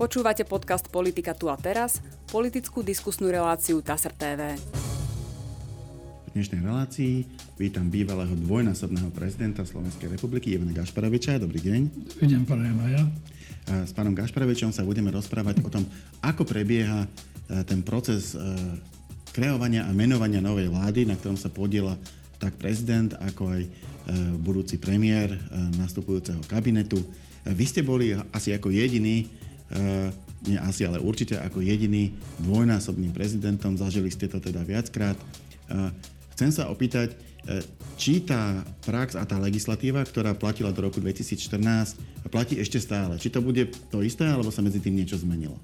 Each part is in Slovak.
Počúvate podcast Politika tu a teraz, politickú diskusnú reláciu TASR TV. V dnešnej relácii vítam bývalého dvojnásobného prezidenta Slovenskej republiky Ivana Gašparoviča. Dobrý deň. Dobrý deň, pán Maja. S pánom Gašparovičom sa budeme rozprávať o tom, ako prebieha ten proces kreovania a menovania novej vlády, na ktorom sa podieľa tak prezident, ako aj budúci premiér nastupujúceho kabinetu. Vy ste boli asi ako jediný, nie asi, ale určite ako jediný dvojnásobným prezidentom, zažili ste to teda viackrát. Chcem sa opýtať, či tá prax a tá legislatíva, ktorá platila do roku 2014, platí ešte stále. Či to bude to isté, alebo sa medzi tým niečo zmenilo?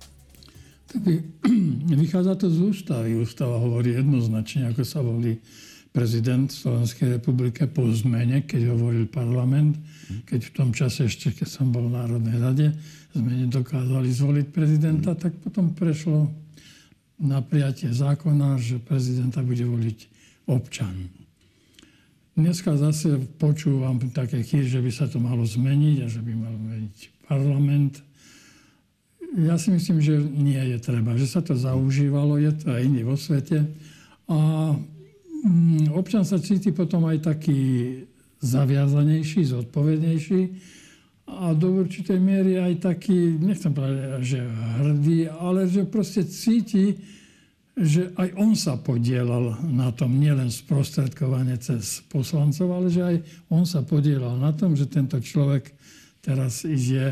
Vychádza to z ústavy. Ústava hovorí jednoznačne, ako sa volí prezident Slovenskej republike po zmene, keď hovoril parlament, keď v tom čase ešte, keď som bol v Národnej rade, sme nedokázali zvoliť prezidenta, tak potom prešlo na prijatie zákona, že prezidenta bude voliť občan. Dneska zase počúvam také chyby, že by sa to malo zmeniť a že by mal zmeniť parlament. Ja si myslím, že nie je treba, že sa to zaužívalo, je to aj iný vo svete. A občan sa cíti potom aj taký zaviazanejší, zodpovednejší a do určitej miery aj taký, nechcem povedať, že hrdý, ale že proste cíti, že aj on sa podielal na tom, nielen sprostredkovanie cez poslancov, ale že aj on sa podielal na tom, že tento človek teraz je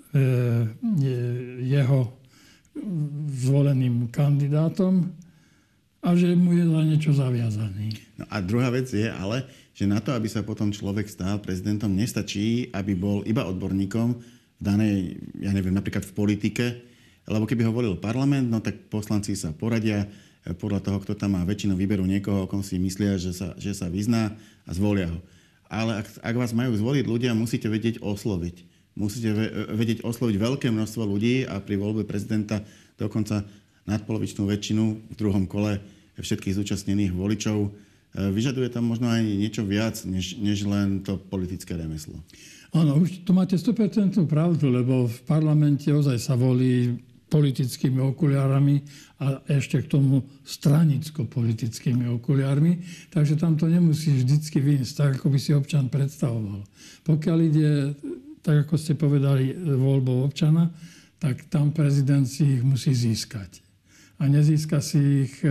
jeho zvoleným kandidátom a že mu je za niečo zaviazaný. No a druhá vec je ale, že na to, aby sa potom človek stal prezidentom, nestačí, aby bol iba odborníkom v danej, ja neviem, napríklad v politike, lebo keby ho volil parlament, no tak poslanci sa poradia podľa toho, kto tam má väčšinu, vyberú niekoho, o kom si myslia, že sa vyzná a zvolia ho. Ale ak vás majú zvoliť ľudia, musíte vedieť osloviť. Musíte vedieť osloviť veľké množstvo ľudí a pri voľbe prezidenta dokonca nadpolovičnú väčšinu v druhom kole všetkých zúčastnených voličov. Vyžaduje tam možno aj niečo viac, než len to politické remeslo. Áno, už to máte 100% pravdu, lebo v parlamente ozaj sa volí politickými okuliárami a ešte k tomu stranicko-politickými okuliármi. Takže tam to nemusí vždycky vyjsť tak, ako by si občan predstavoval. Pokiaľ ide, tak ako ste povedali, voľbou občana, tak tam prezident si ich musí získať. A nezíska si ich,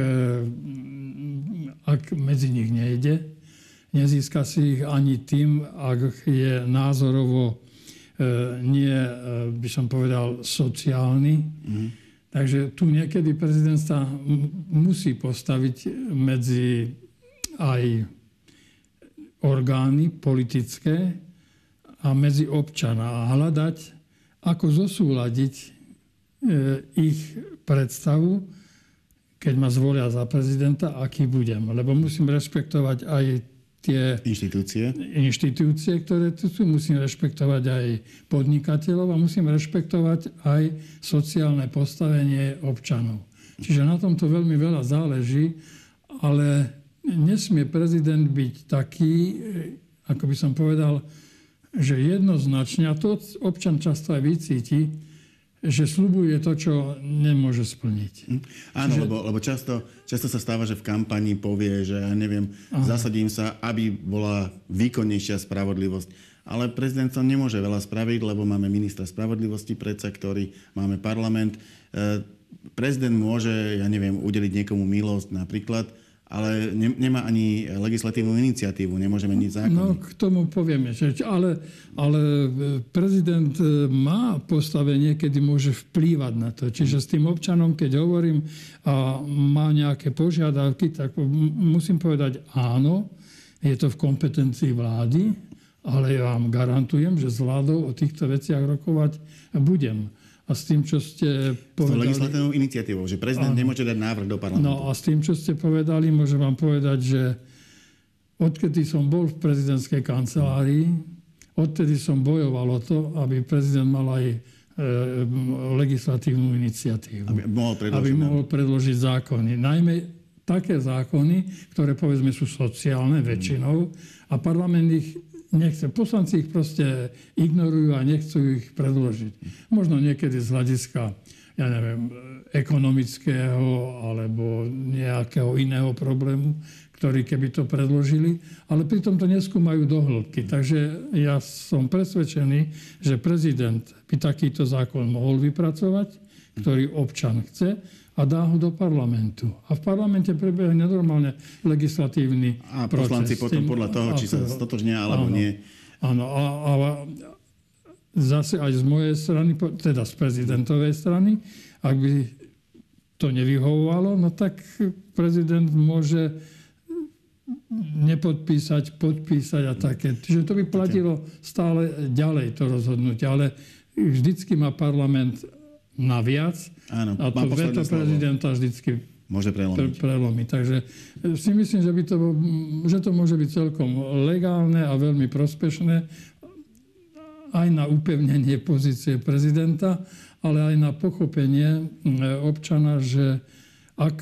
ak medzi nich nejde. Nezíska si ich ani tým, ak je názorovo nie, by som povedal, sociálny. Takže tu niekedy prezident sa musí postaviť medzi aj orgány politické a medzi občana a hľadať, ako zosúladiť ich predstavu, keď ma zvolia za prezidenta, aký budem. Lebo musím rešpektovať aj tie inštitúcie, ktoré tu sú. Musím rešpektovať aj podnikateľov a musím rešpektovať aj sociálne postavenie občanov. Čiže na tomto veľmi veľa záleží, ale nesmie prezident byť taký, ako by som povedal, že jednoznačne, a to občan často aj vycíti, že sľubuje to, čo nemôže splniť. Áno, lebo často sa stáva, že v kampani povie, že ja neviem, zasadím sa, aby bola výkonnejšia spravodlivosť. Ale prezident sa nemôže veľa spraviť, lebo máme ministra spravodlivosti predsa, máme parlament. Prezident môže, ja neviem, udeliť niekomu milosť napríklad, ale nemá ani legislatívnu iniciatívu, nemôže meniť zákony. No, k tomu povieme, ale prezident má postavenie, kedy môže vplývať na to. Čiže s tým občanom, keď hovorím a má nejaké požiadavky, tak musím povedať áno, je to v kompetencii vlády, ale ja vám garantujem, že s vládou o týchto veciach rokovať budem. A s tým, čo ste povedali... S legislatívnou iniciatívou, že prezident nemôže dať návrh do parlamentu. No a s tým, čo ste povedali, môžem vám povedať, že odkedy som bol v prezidentskej kancelárii, odtedy som bojoval o to, aby prezident mal aj legislatívnu iniciatívu. Aby mohol predložiť zákony. Najmä také zákony, ktoré povedzme sú sociálne väčšinou a parlament ich nechce. Poslanci ich proste ignorujú a nechcú ich predložiť. Možno niekedy z hľadiska, ja neviem, ekonomického alebo nejakého iného problému, ktorí keby to predložili, ale pritom to neskúmajú do hĺbky. Takže ja som presvedčený, že prezident by takýto zákon mohol vypracovať, ktorý občan chce, a dá ho do parlamentu. A v parlamente prebehne normálne legislatívny a proces. Poslanci potom podľa toho, či sa stotožnia alebo nie. Áno, a zase aj z mojej strany, teda z prezidentovej strany, ak by to nevyhovovalo, no tak prezident môže nepodpísať, podpísať a také. Čiže to by platilo stále ďalej to rozhodnutie. Ale vždycky má parlament naviac. Áno, a to veto prezidenta vždycky môže prelomiť. Takže si myslím, že to môže byť celkom legálne a veľmi prospešné aj na upevnenie pozície prezidenta, ale aj na pochopenie občana, že ak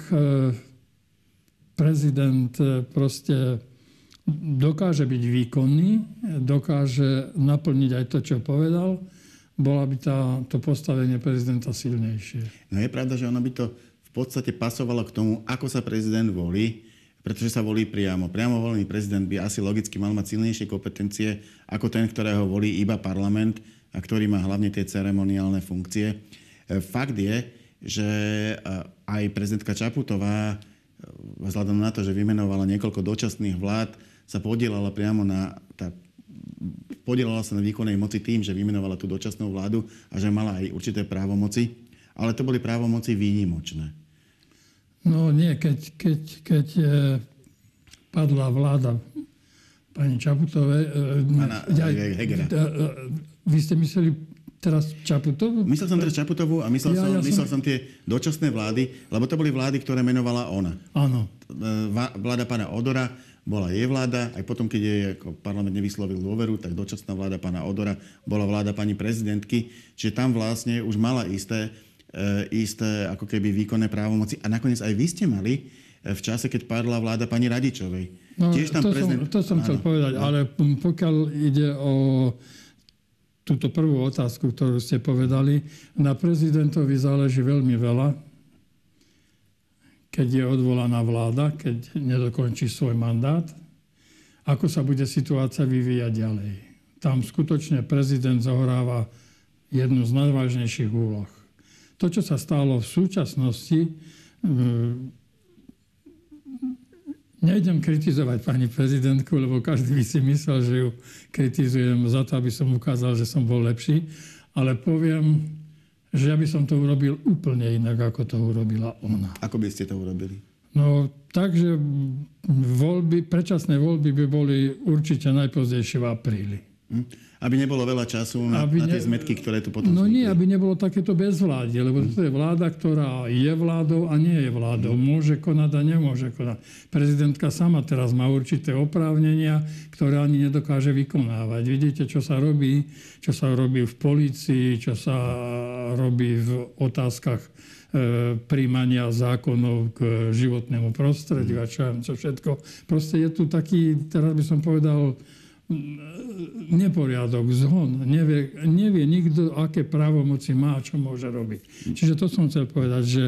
prezident proste dokáže byť výkonný, dokáže naplniť aj to, čo povedal, bola by to postavenie prezidenta silnejšie. No je pravda, že ono by to v podstate pasovalo k tomu, ako sa prezident volí, pretože sa volí priamo. Priamo volený prezident by asi logicky mal mať silnejšie kompetencie ako ten, ktorého volí iba parlament a ktorý má hlavne tie ceremoniálne funkcie. Fakt je, že aj prezidentka Čaputová, vzhľadom na to, že vymenovala niekoľko dočasných vlád, sa podielala priamo podielala sa na výkonnej moci tým, že vymenovala tú dočasnú vládu a že mala aj určité právomoci, ale to boli právomoci výnimočné. No nie, keď padla vláda pani Čaputovej... Hegera. Vy ste mysleli teraz Čaputovú? Myslel som teraz Čaputovú a myslel som tie dočasné vlády, lebo to boli vlády, ktoré menovala ona. Áno. Vláda pána Odora bola jej vláda, aj potom, keď jej parlament nevyslovil dôveru, tak dočasná vláda pána Odora bola vláda pani prezidentky. Čiže tam vlastne už mala isté ako keby výkonné právomoci. A nakoniec aj vy ste mali v čase, keď padla vláda pani Radičovej. No, to som chcel povedať, ale pokiaľ ide o túto prvú otázku, ktorú ste povedali, na prezidentovi záleží veľmi veľa, keď je odvolaná vláda, keď nedokončí svoj mandát, ako sa bude situácia vyvíjať ďalej. Tam skutočne prezident zohráva jednu z najvážnejších úloh. To, čo sa stalo v súčasnosti, nejdem kritizovať pani prezidentku, lebo každý by si myslel, že ju kritizujem za to, aby som ukázal, že som bol lepší, ale poviem, že ja by som to urobil úplne inak, ako to urobila ona. Ako by ste to urobili? No, takže predčasné voľby by boli určite najpozdejšie v apríli. Aby nebolo veľa času na tie zmetky, ktoré tu potom vznikli. No nie, aby nebolo takéto bezvládie, lebo to je vláda, ktorá je vládou a nie je vládou. Môže konať a nemôže konať. Prezidentka sama teraz má určité oprávnenia, ktoré ani nedokáže vykonávať. Vidíte, čo sa robí v polícii, čo sa robí v otázkach príjmania zákonov k životnému prostrediu a čo všetko. Proste je tu taký, teraz by som povedal, neporiadok, zhon. Nevie nikto, aké právomoci má a čo môže robiť. Čiže to som chcel povedať, že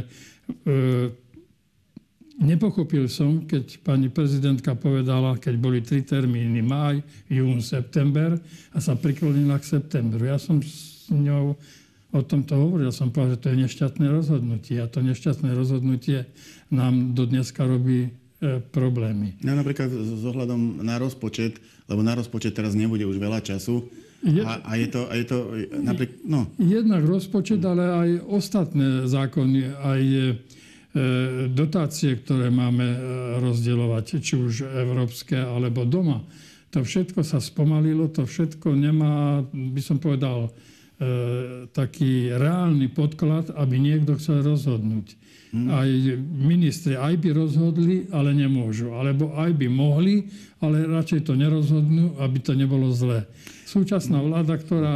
nepochopil som, keď pani prezidentka povedala, keď boli 3 termíny, máj, jún, september, a sa priklonila k septembru. Ja som s ňou o tomto hovoril. Som povedal, že to je nešťastné rozhodnutie. A to nešťastné rozhodnutie nám do dneska robí problémy. No napríklad s ohľadom na rozpočet, lebo na rozpočet teraz nebude už veľa času. A je to napríklad... No. Jednak rozpočet, ale aj ostatné zákony, aj dotácie, ktoré máme rozdeľovať, či už európske, alebo doma. To všetko sa spomalilo, to všetko nemá, by som povedal, taký reálny podklad, aby niekto chcel rozhodnúť. Aj ministri aj by rozhodli, ale nemôžu. Alebo aj by mohli, ale radšej to nerozhodnú, aby to nebolo zlé. Súčasná vláda, ktorá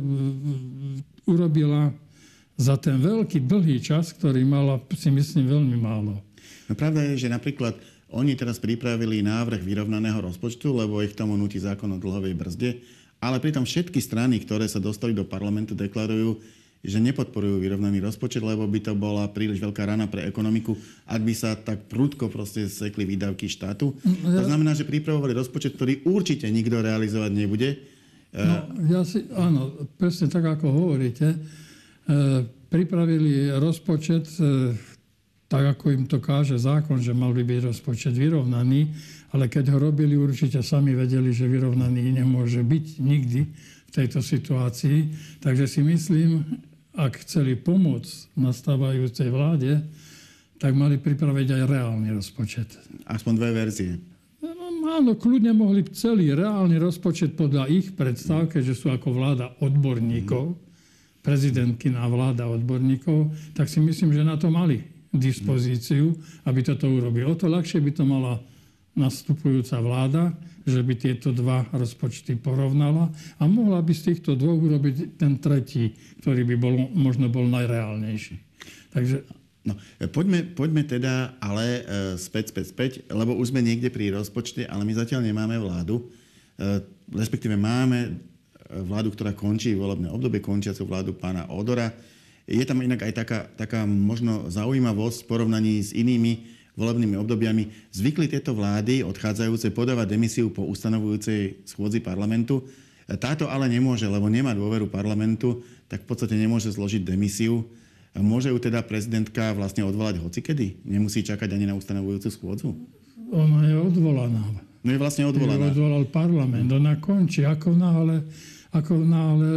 urobila za ten veľký, dlhý čas, ktorý mala, si myslím, veľmi málo. No pravda je, že napríklad Oni teraz pripravili návrh vyrovnaného rozpočtu, lebo ich tomu núti zákon o dlhovej brzde, ale pritom všetky strany, ktoré sa dostali do parlamentu, deklarujú, že nepodporujú vyrovnaný rozpočet, lebo by to bola príliš veľká rana pre ekonomiku, ak by sa tak prudko proste sekli výdavky štátu. To znamená, že pripravovali rozpočet, ktorý určite nikto realizovať nebude. Áno, presne tak, ako hovoríte. Pripravili rozpočet tak, ako im to káže zákon, že mal by byť rozpočet vyrovnaný, ale keď ho robili, určite sami vedeli, že vyrovnaný nemôže byť nikdy v tejto situácii. Takže si myslím, ak chceli pomôcť nastávajúcej vláde, tak mali pripraviť aj reálny rozpočet. Aspoň dve verzie. Áno, kľudne mohli celý reálny rozpočet podľa ich predstav, keďže sú ako vláda odborníkov, prezidentkina vláda odborníkov, tak si myslím, že na to mali dispozíciu, aby toto urobili. O to ľahšie by to mala nastupujúca vláda, že by tieto dva rozpočty porovnala a mohla by z týchto dvoch urobiť ten tretí, ktorý by možno bol najreálnejší. Takže... No, poďme teda ale späť, lebo už sme niekde pri rozpočte, ale my zatiaľ nemáme vládu. Respektíve máme vládu, ktorá končí volebné obdobie, končiacu vládu pána Odora. Je tam inak aj taká možno zaujímavosť v porovnaní s inými volebnými obdobiami. Zvykli tieto vlády odchádzajúce podávať demisiu po ustanovujúcej schôdzi parlamentu. Táto ale nemôže, lebo nemá dôveru parlamentu, tak v podstate nemôže zložiť demisiu. Môže ju teda prezidentka vlastne odvolať hocikedy? Nemusí čakať ani na ustanovujúcu schôdzu? Ona je odvolaná. No je vlastne odvolaná. Ju odvolal parlament. Ona končí. Ako náhle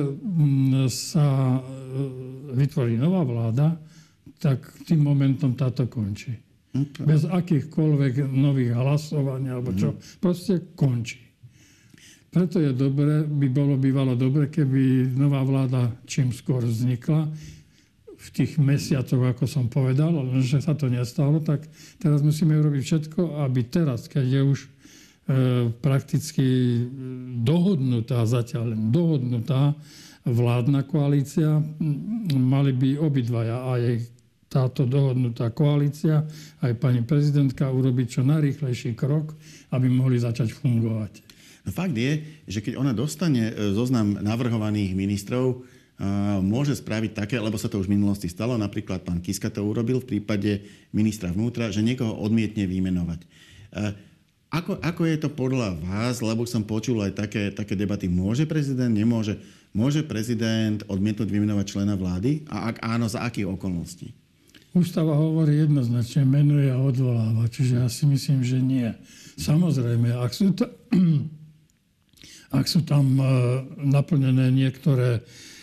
sa vytvorí nová vláda, tak tým momentom táto končí. Bez akýchkoľvek nových hlasovaní alebo čo. Proste končí. Preto je dobre, bývalo dobre, keby nová vláda čím skôr vznikla, v tých mesiacoch, ako som povedal, ale že sa to nestalo, tak teraz musíme urobiť všetko, aby teraz, keď je už prakticky zatiaľ len dohodnutá vládna koalícia, mali by obidvaja, aj táto dohodnutá koalícia, aj pani prezidentka urobiť čo najrýchlejší krok, aby mohli začať fungovať. No fakt je, že keď ona dostane zoznam navrhovaných ministrov, môže spraviť také, lebo sa to už v minulosti stalo, napríklad pán Kiska to urobil v prípade ministra vnútra, že niekoho odmietne vymenovať. Ako je to podľa vás, lebo som počul aj také debaty, môže prezident, nemôže? Môže prezident odmietnúť vymenovať člena vlády? A ak áno, za akých okolností? Ústava hovorí jednoznačne, menuje a odvoláva, čiže ja si myslím, že nie. Samozrejme, ak sú tam naplnené niektoré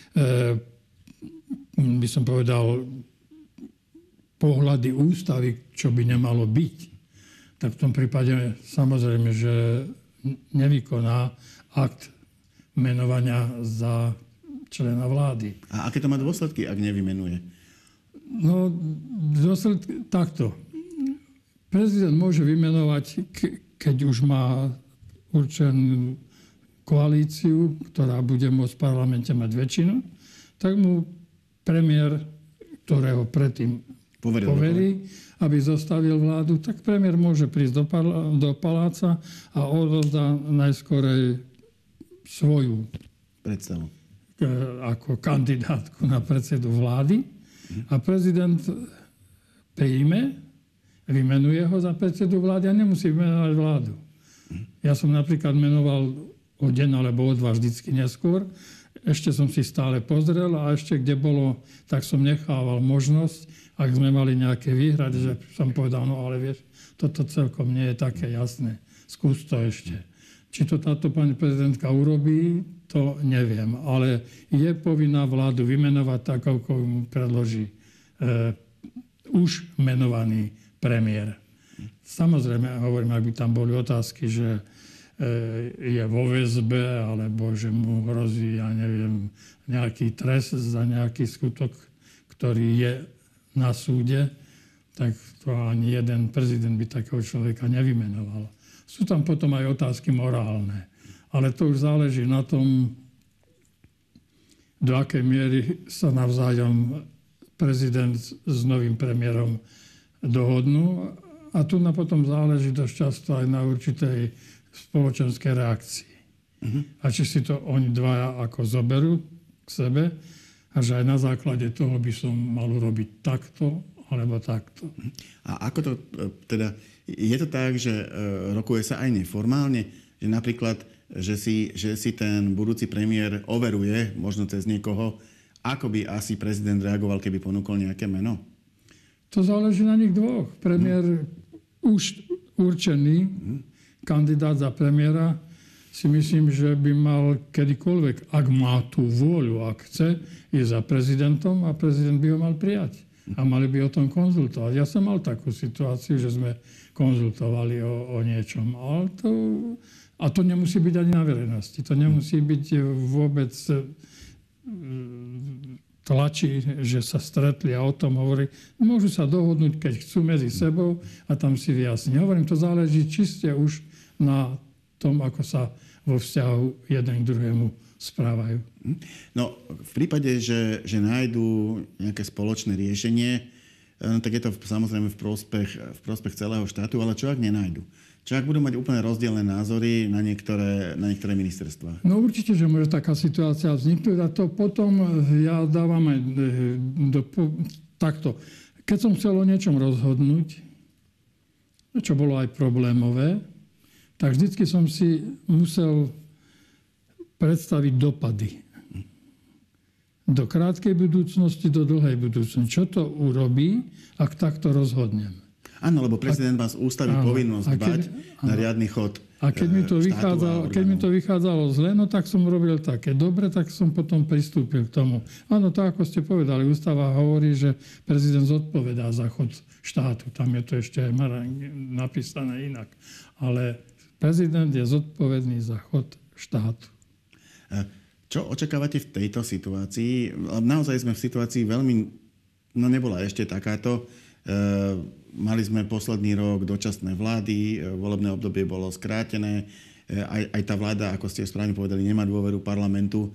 by som povedal, pohľady ústavy, čo by nemalo byť, tak v tom prípade samozrejme, že nevykoná akt menovania za člena vlády. A aké to má dôsledky, ak nevymenuje? No, dôsledky takto. Prezident môže vymenovať, keď už má určenú koalíciu, ktorá bude môcť v parlamente mať väčšinu, tak mu premiér, ktorého predtým poverí, aby zostavil vládu, tak premiér môže prísť do paláca a odovzdá najskorej svoju predstavu ako kandidátku na predsedu vlády a prezident príjme, vymenuje ho za predsedu vlády a nemusí vymenovať vládu. Ja som napríklad menoval o deň alebo o dva vždycky neskôr. Ešte som si stále pozrel a ešte kde bolo, tak som nechával možnosť, ak sme mali nejaké výhrady, že som povedal, no ale vieš, toto celkom nie je také jasné. Skús to ešte. Či to táto pani prezidentka urobí, to neviem. Ale je povinná vládu vymenovať tak, ako mu predloží už menovaný premiér. Samozrejme, hovorím, ak by tam boli otázky, že je vo väzbe, alebo že mu hrozí, ja neviem, nejaký trest za nejaký skutok, ktorý je na súde, tak to ani jeden prezident by takého človeka nevymenoval. Sú tam potom aj otázky morálne. Ale to už záleží na tom, do akej miery sa navzájom prezident s novým premiérom dohodnú A tu na potom záleží dosť často aj na určitej spoločenskej reakcii. A či si to oni dvaja ako zoberú k sebe a že aj na základe toho by som mal urobiť takto alebo takto. A ako to teda, je to tak, že rokuje sa aj neformálne, že napríklad, že si ten budúci premiér overuje, možno cez niekoho, ako by asi prezident reagoval, keby ponúkol nejaké meno? To záleží na nich dvoch. Premiér už určený kandidát za premiéra si myslím, že by mal kedykoľvek, ak má tú vôľu, ak chce, ísť za prezidentom a prezident by ho mal prijať. A mali by o tom konzultovať. Ja som mal takú situáciu, že sme konzultovali o niečom. A to nemusí byť ani na verejnosti. To nemusí byť vôbec tlačí, že sa stretli a o tom hovorí. Môžu sa dohodnúť, keď chcú medzi sebou a tam si vyjasniť. Hovorím, to záleží čiste už na tom, ako sa vo vzťahu jeden k druhému správajú. No, v prípade, že nájdú nejaké spoločné riešenie, tak je to samozrejme v prospech celého štátu, ale čo ak nenájdu? Čo ak budú mať úplne rozdielne názory na niektoré ministerstvá? No určite, že môže taká situácia vzniknúť a to potom ja dávam aj takto. Keď som chcel o niečom rozhodnúť, čo bolo aj problémové, tak vždycky som si musel predstaviť dopady. Do krátkej budúcnosti, do dlhej budúcnosti. Čo to urobí, ak takto rozhodnem? Áno, lebo prezident má z ústavy povinnosť dbať na riadny chod a keď mi to vychádzalo zle, no tak som robil také dobre, tak som potom pristúpil k tomu. Áno, tak ako ste povedali, ústava hovorí, že prezident zodpovedá za chod štátu. Tam je to ešte aj napísané inak. Ale prezident je zodpovedný za chod štátu. Čo očakávate v tejto situácii? Naozaj sme v situácii veľmi... No nebola ešte takáto. Mali sme posledný rok dočasné vlády, volebné obdobie bolo skrátené. Aj tá vláda, ako ste správne povedali, nemá dôveru parlamentu.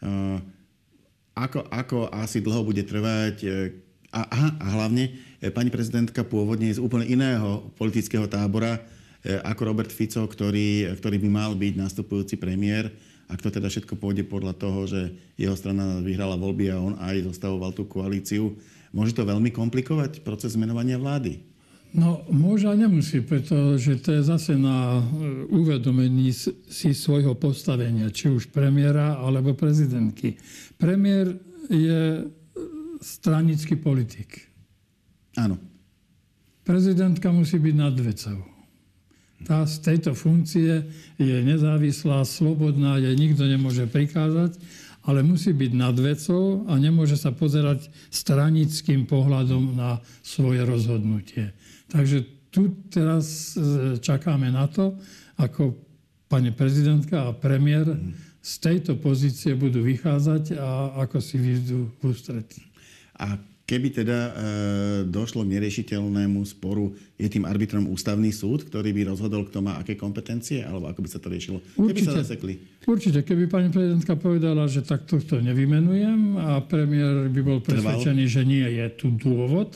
Ako asi dlho bude trvať? A hlavne, pani prezidentka pôvodne je z úplne iného politického tábora, ako Robert Fico, ktorý by mal byť nastupujúci premiér. Ak to teda všetko pôjde podľa toho, že jeho strana vyhrala voľby a on aj zostavoval tú koalíciu, môže to veľmi komplikovať proces menovania vlády? No, môže a nemusí, pretože to je zase na uvedomení si svojho postavenia, či už premiéra alebo prezidentky. Premiér je stranický politik. Áno. Prezidentka musí byť nad vecou. Tá z tejto funkcie je nezávislá, slobodná, jej nikto nemôže prikázať, ale musí byť nad vecou a nemôže sa pozerať stranickým pohľadom na svoje rozhodnutie. Takže tu teraz čakáme na to, ako pani prezidentka a premiér z tejto pozície budú vychádzať a ako si vyjdú v ústretí. A keby teda došlo k neriešiteľnému sporu, je tým arbitrom ústavný súd, ktorý by rozhodol, kto má aké kompetencie, alebo ako by sa to riešilo? Keby sa zasekli? Určite. Keby pani prezidentka povedala, že takto to nevymenujem a premiér by bol presvedčený, že nie je tu dôvod,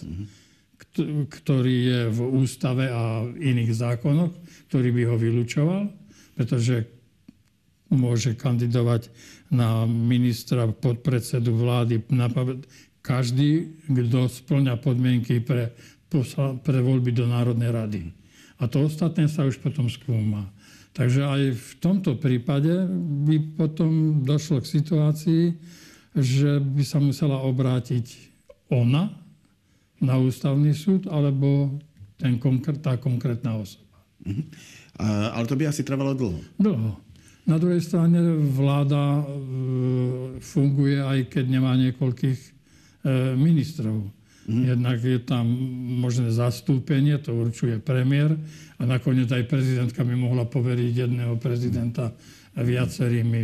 ktorý je v ústave a iných zákonoch, ktorý by ho vylúčoval, pretože môže kandidovať na ministra, podpredsedu vlády, každý, kto spĺňa podmienky pre voľby do Národnej rady. A to ostatné sa už potom skúma. Takže aj v tomto prípade by potom došlo k situácii, že by sa musela obrátiť ona na ústavný súd alebo tá konkrétna osoba. Ale to by asi trvalo dlho. Dlho. Na druhej strane vláda funguje, aj keď nemá niekoľkých ministrov. Jednak je tam možné zastúpenie, to určuje premiér a nakoniec aj prezidentka by mohla poveriť jedného prezidenta viacerými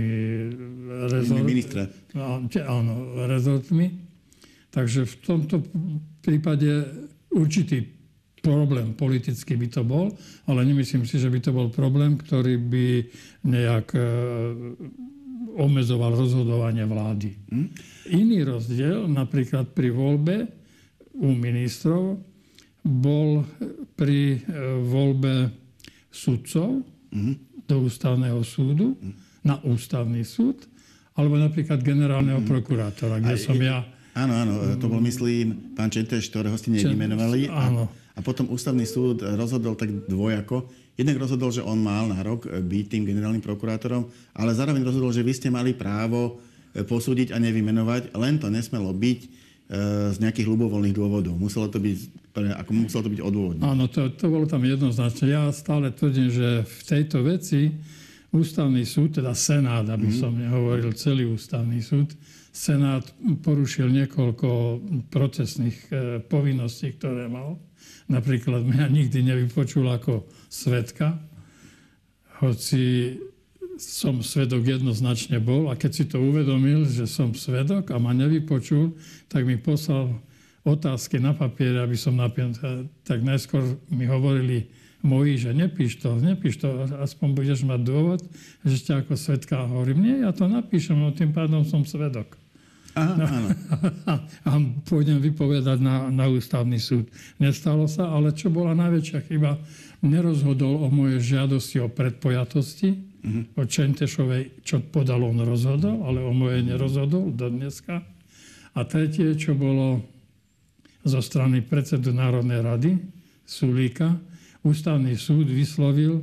rezortmi. Takže v tomto prípade určitý problém politicky by to bol, ale nemyslím si, že by to bol problém, ktorý by nejak obmedzoval rozhodovanie vlády. Iný rozdiel, napríklad pri voľbe u ministrov, bol pri voľbe sudcov do ústavného súdu, na ústavný súd, alebo napríklad generálneho prokurátora, kde som ja... Áno, to bol, myslím, pán Čenteš, ktorého ste nevymenovali. Áno. A potom ústavný súd rozhodol tak dvojako. Jednak rozhodol, že on mal nárok byť tým generálnym prokurátorom, ale zároveň rozhodol, že vy ste mali právo posúdiť a nevymenovať, len to nesmelo byť z nejakých ľubovoľných dôvodov. Muselo to byť odôvodné. Áno, to bolo tam jednoznačne. Ja stále tvrdím, že v tejto veci ústavný súd, teda Senát, aby som nehovoril celý ústavný súd, Senát porušil niekoľko procesných povinností, ktoré mal. Napríklad mňa nikdy nevypočul ako svedka, hoci som svedok jednoznačne bol, a keď si to uvedomil, že som svedok a ma nevypočul, tak mi poslal otázky na papier, aby som napísal. Tak najskôr mi hovorili moji, že nepíš to, aspoň budeš mať dôvod, že ešte ako svedka. Hovorím, nie, ja to napíšem, no tým pádom som svedok. Aha, áno. A pôjdem vypovedať na ústavný súd. Nestalo sa, ale čo bola najväčšia chyba, nerozhodol o mojej žiadosti o predpojatosti, o Čentešovej, čo podal, on rozhodol, ale o mojej nerozhodol do dneska. A tretie, čo bolo zo strany predsedu Národnej rady, Sulíka, ústavný súd vyslovil,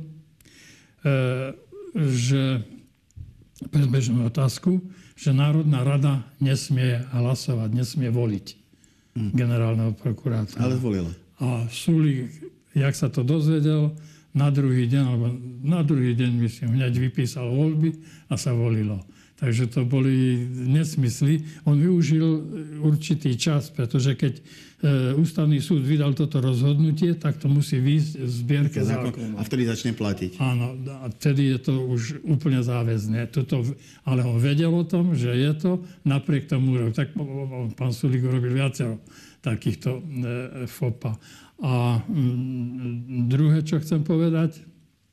že predbežnú otázku, že Národná rada nesmie hlasovať, nesmie voliť generálneho prokurátora. Ale zvolila. A Sulík, jak sa to dozvedel, na druhý deň, myslím, hneď vypísal voľby a sa volilo. Takže to boli nesmysly. On využil určitý čas, pretože keď ústavný súd vydal toto rozhodnutie, tak to musí výjsť v zbierke zákonov. A vtedy začne platiť. Áno, a vtedy je to už úplne záväzné. Ale on vedel o tom, že je to napriek tomu, tak pán Sulík urobil viacero takýchto fopa. A druhé, čo chcem povedať,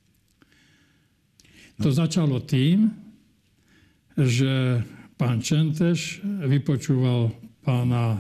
to začalo tým, že pán Čenteš vypočúval pána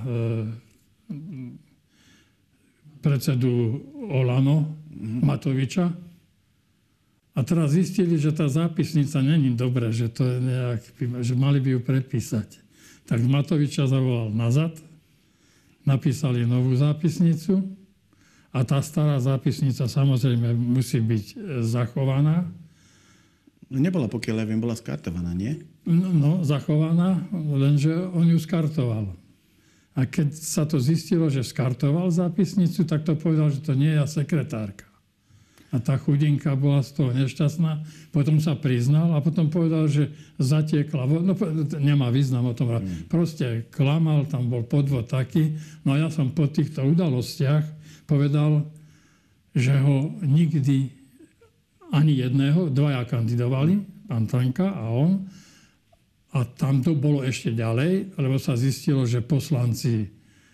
predsedu Olano, Matoviča, a teraz zistili, že tá zápisnica není dobrá, že to je že mali by ju prepísať. Tak Matoviča zavolal nazad, napísali novú zápisnicu a tá stará zápisnica samozrejme musí byť zachovaná. Nebola, pokiaľ ja viem, bola skartovaná, nie? No, zachovaná, lenže on ju skartoval. A keď sa to zistilo, že skartoval zápisnicu, tak to povedal, že to nie je sekretárka. A tá chudinka bola z toho nešťastná. Potom sa priznal a potom povedal, že zatiekla. No, nemá význam o tom. Proste klamal, tam bol podvod taký. No a ja som po týchto udalostiach povedal, že ho nikdy ani jedného, dvaja kandidovali, pán Trnka a on. A tam to bolo ešte ďalej, lebo sa zistilo, že poslanci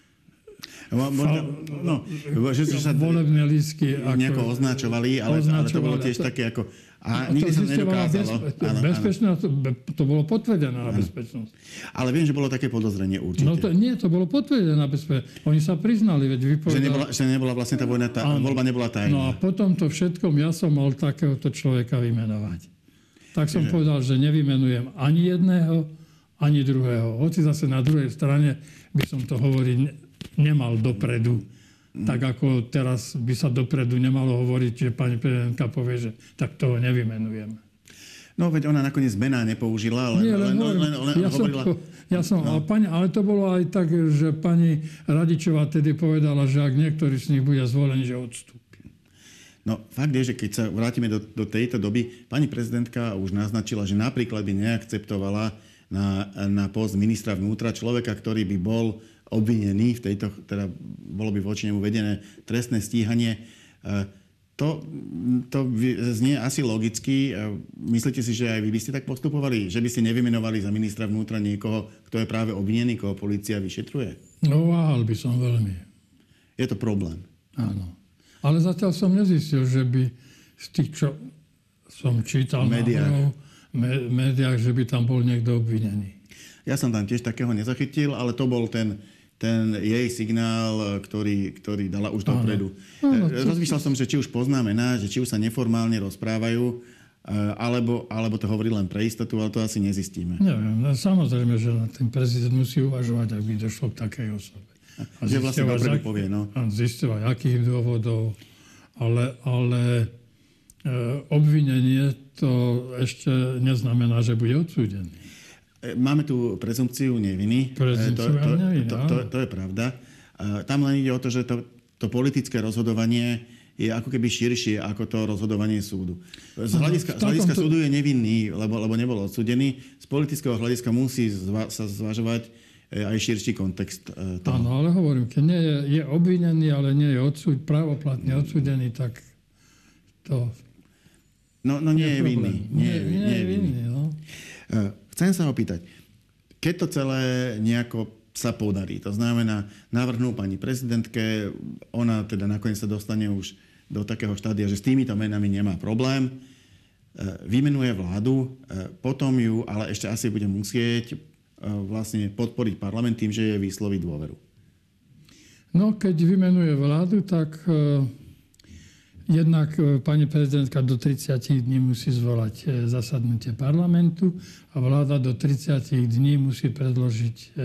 volebné lístky nejako označovali, ale to bolo tiež také ako... A nikdy sa nedokázalo. Bezpečnosť, to bolo potvrdené na bezpečnosť. Ale viem, že bolo také podozrenie určite. No to bolo potvrdené na bezpečnosť. Oni sa priznali, veď vypovedali. Že nebola vlastne tá voľba nebola tajná. No a potom to všetkom ja som mal takéhoto človeka vymenovať. Tak som povedal, že nevymenujem ani jedného, ani druhého. Hoci zase na druhej strane by som to hovoriť nemal dopredu. Tak ako teraz by sa dopredu nemalo hovoriť, že pani prezidentka povie, že tak toho nevymenujem. No veď ona nakoniec mená nepoužila, len hovorila... Ale to bolo aj tak, že pani Radičová tedy povedala, že ak niektorý z nich bude zvolený, že odstúpi. No fakt je, že keď sa vrátime do tejto doby, pani prezidentka už naznačila, že napríklad by neakceptovala na post ministra vnútra človeka, ktorý by bol obvinený v tejto, teda bolo by voči nemu vedené trestné stíhanie. To znie asi logicky. Myslíte si, že aj vy by ste tak postupovali? Že by ste nevymenovali za ministra vnútra niekoho, kto je práve obvinený, koho polícia vyšetruje? No váhal by som veľmi. Je to problém. Áno. Ale zatiaľ som nezistil, že by z tých, čo som čítal v médiách, že by tam bol niekto obvinený. Ja som tam tiež takého nezachytil, ale to bol ten ten jej signál, ktorý dala už dopredu. Rozmýšľal som, že či už poznámená, že či už sa neformálne rozprávajú, alebo to hovorí len pre istotu, ale to asi nezistíme. Neviem, samozrejme, že ten prezident musí uvažovať, ak by došlo k takej osobe. A že vlastne dopredu povie, no. A zisťovať, akých dôvodov, ale obvinenie to ešte neznamená, že bude odsúdený. Máme tu prezumpciu neviny. To je pravda. Tam len ide o to, že to politické rozhodovanie je ako keby širšie ako to rozhodovanie súdu. Z hľadiska súdu je nevinný, lebo nebol odsúdený. Z politického hľadiska musí sa zvažovať aj širší kontext toho. Áno, ale hovorím, keď je obvinený, ale nie je právoplatne odsúdený, tak to... No nie je vinný. Nie je vinný, no. Chcem sa opýtať, keď to celé nejako sa podarí, to znamená, navrhnú pani prezidentke, ona teda nakoniec sa dostane už do takého štádia, že s týmito menami nemá problém, vymenuje vládu, potom ju ale ešte asi bude musieť vlastne podporiť parlament tým, že je vysloví dôveru. No, keď vymenuje vládu, tak jednak pani prezidentka do 30 dní musí zvolať zasadnutie parlamentu a vláda do 30 dní musí predložiť,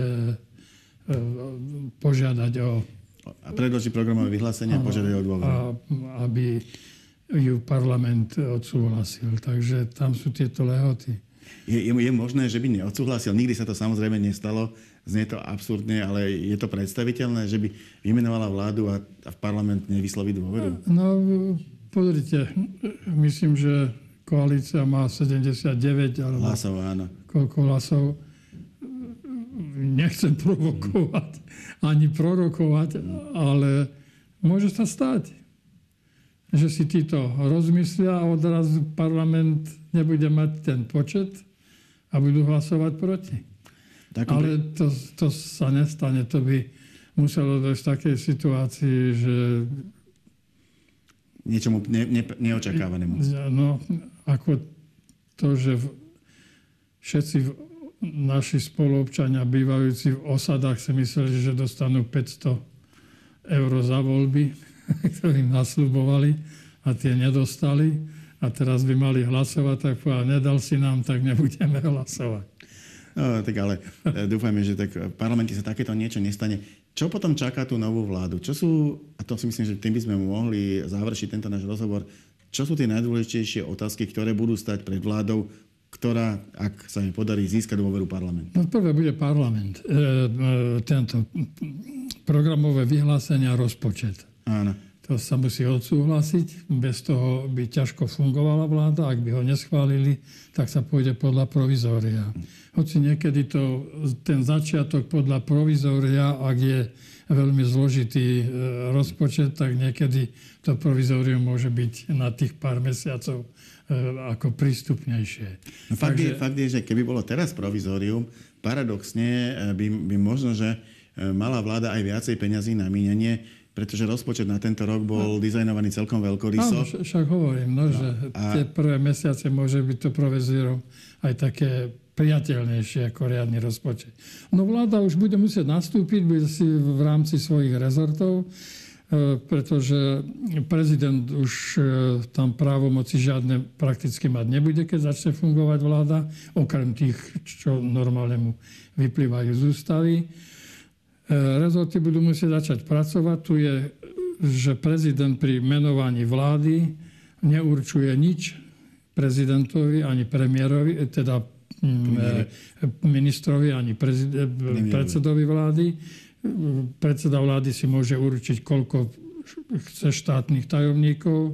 požiadať o... A predložiť programové vyhlásenie a požiadať o dôveru. Aby ju parlament odsúhlasil. Takže tam sú tieto lehoty. Je možné, že by neodsúhlasil? Nikdy sa to samozrejme nestalo. Znie to absurdne, ale je to predstaviteľné, že by vymenovala vládu a v parlament nevysloví dôveru? No, pozrite, myslím, že koalícia má 79 alebo hlasov, áno. Koľko hlasov. Nechcem provokovať, ani prorokovať, ale môže sa stať, že si títo rozmyslia a odrazu parlament nebude mať ten počet a budú hlasovať proti. Ale to sa nestane. To by muselo dojsť v takej situácii, že... Niečomu neočakávanému. No, ako to, že všetci naši spoluobčania bývajúci v osadách si mysleli, že dostanú 500 eur za voľby, ktoré im nasľubovali a tie nedostali. A teraz by mali hlasovať, tak povedal, nedal si nám, tak nebudeme hlasovať. No, tak ale dúfajme, že tak v parlamente sa takéto niečo nestane. Čo potom čaká tú novú vládu? Čo sú, a to si myslím, že tým by sme mohli završiť tento náš rozhovor, čo sú tie najdôležitejšie otázky, ktoré budú stať pred vládou, ktorá, ak sa im podarí, získa dôveru parlamentu? No prvé bude parlament. Tento programové vyhlásenie a rozpočet. Áno. To sa musí odsúhlasiť. Bez toho by ťažko fungovala vláda. Ak by ho neschválili, tak sa pôjde podľa provizória. Hoci niekedy ten začiatok podľa provizória, ak je veľmi zložitý rozpočet, tak niekedy to provizórium môže byť na tých pár mesiacov ako prístupnejšie. No fakt je, že keby bolo teraz provizórium, paradoxne by možno, že mala vláda aj viacej peňazí na mínenie, pretože rozpočet na tento rok bol dizajnovaný celkom veľkoryso. Áno, však hovorím, že tie prvé mesiace môže byť to provizórium aj také priateľnejšie ako riadny rozpočet. No vláda už bude musieť nastúpiť, bude si v rámci svojich rezortov, pretože prezident už tam právomoci žiadne prakticky mať nebude, keď začne fungovať vláda, okrem tých, čo normálne mu vyplývajú z ústavy. Rezorty budú musieť začať pracovať. Tu je, že prezident pri menovaní vlády neurčuje nič prezidentovi ani premiérovi, teda ministrovi ani predsedovi vlády. Predseda vlády si môže určiť, koľko chce štátnych tajomníkov.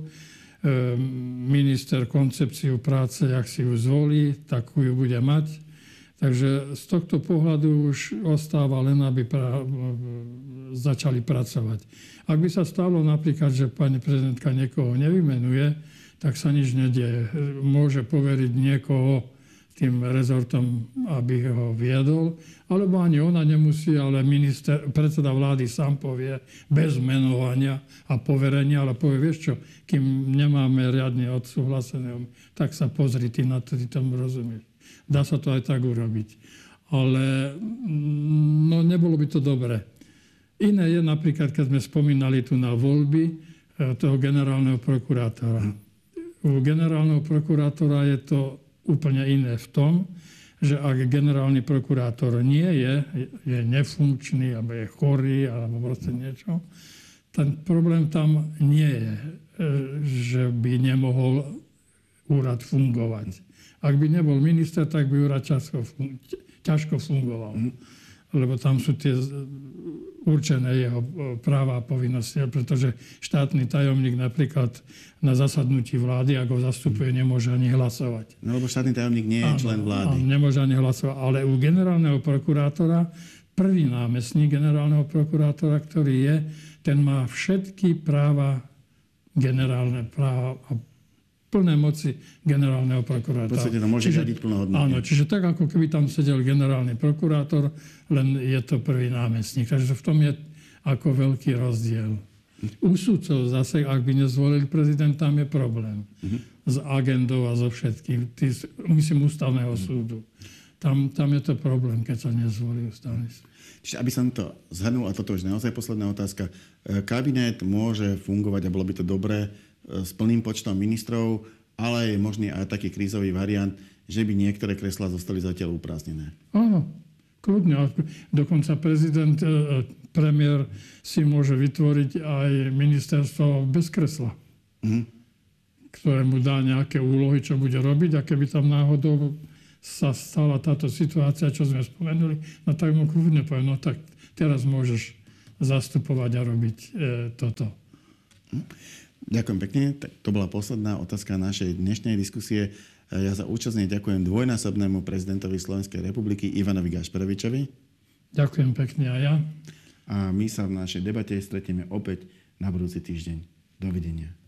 Minister koncepciu práce, jak si ju zvolí, takú ju bude mať. Takže z tohto pohľadu už ostáva len, aby začali pracovať. Ak by sa stalo napríklad, že pani prezidentka niekoho nevymenuje, tak sa nič nedieje. Môže poveriť niekoho tým rezortom, aby ho viedol, alebo ani ona nemusí, ale predseda vlády sám povie bez menovania a poverenia, ale povie, vieš čo, kým nemáme riadne odsúhlaseného, tak sa pozri, ty na to, ty tomu rozumieš. Dá sa to aj tak urobiť. Ale no, nebolo by to dobre. Iné je napríklad, keď sme spomínali tu na voľby toho generálneho prokurátora. U generálneho prokurátora je to úplne iné v tom, že ak generálny prokurátor nie je nefunkčný, alebo je chorý, alebo proste niečo, ten problém tam nie je, že by nemohol úrad fungovať. Ak by nebol minister, tak by úrad ťažko fungoval. Lebo tam sú tie určené jeho práva a povinnosti, pretože štátny tajomník napríklad na zasadnutí vlády, ak ho zastupuje, nemôže ani hlasovať. No lebo štátny tajomník nie je člen vlády. Nemôže ani hlasovať, ale u generálneho prokurátora, prvý námestník generálneho prokurátora, ktorý je, ten má všetky práva, generálne práva a plné moci generálneho prokurátora. V podstate to môže riadiť plnohodnotne. Áno, čiže tak, ako keby tam sedel generálny prokurátor, len je to prvý námestník. Takže v tom je ako veľký rozdiel. U sudcov zase, ak by nezvolil prezident, tam je problém. S agendou a so všetkým. Myslím, ústavného súdu. Tam je to problém, keď sa nezvolí ústavný súd. Čiže aby som to zhrnul, a toto už naozaj posledná otázka, kabinet môže fungovať a bolo by to dobré s plným počtom ministrov, ale je možný aj taký krízový variant, že by niektoré kreslá zostali zatiaľ uprázdnené. Áno, kľudne. Dokonca premiér si môže vytvoriť aj ministerstvo bez kresla, ktoré mu dá nejaké úlohy, čo bude robiť, a keby tam náhodou sa stala táto situácia, čo sme spomenuli, no tak mu kľudne poviem, no tak teraz môžeš zastupovať a robiť toto. Ďakujem pekne. Tak to bola posledná otázka našej dnešnej diskusie. Ja za účasť ďakujem dvojnásobnému prezidentovi Slovenskej republiky Ivanovi Gašparovičovi. Ďakujem pekne aj ja. A my sa v našej debate stretieme opäť na budúci týždeň. Dovidenia.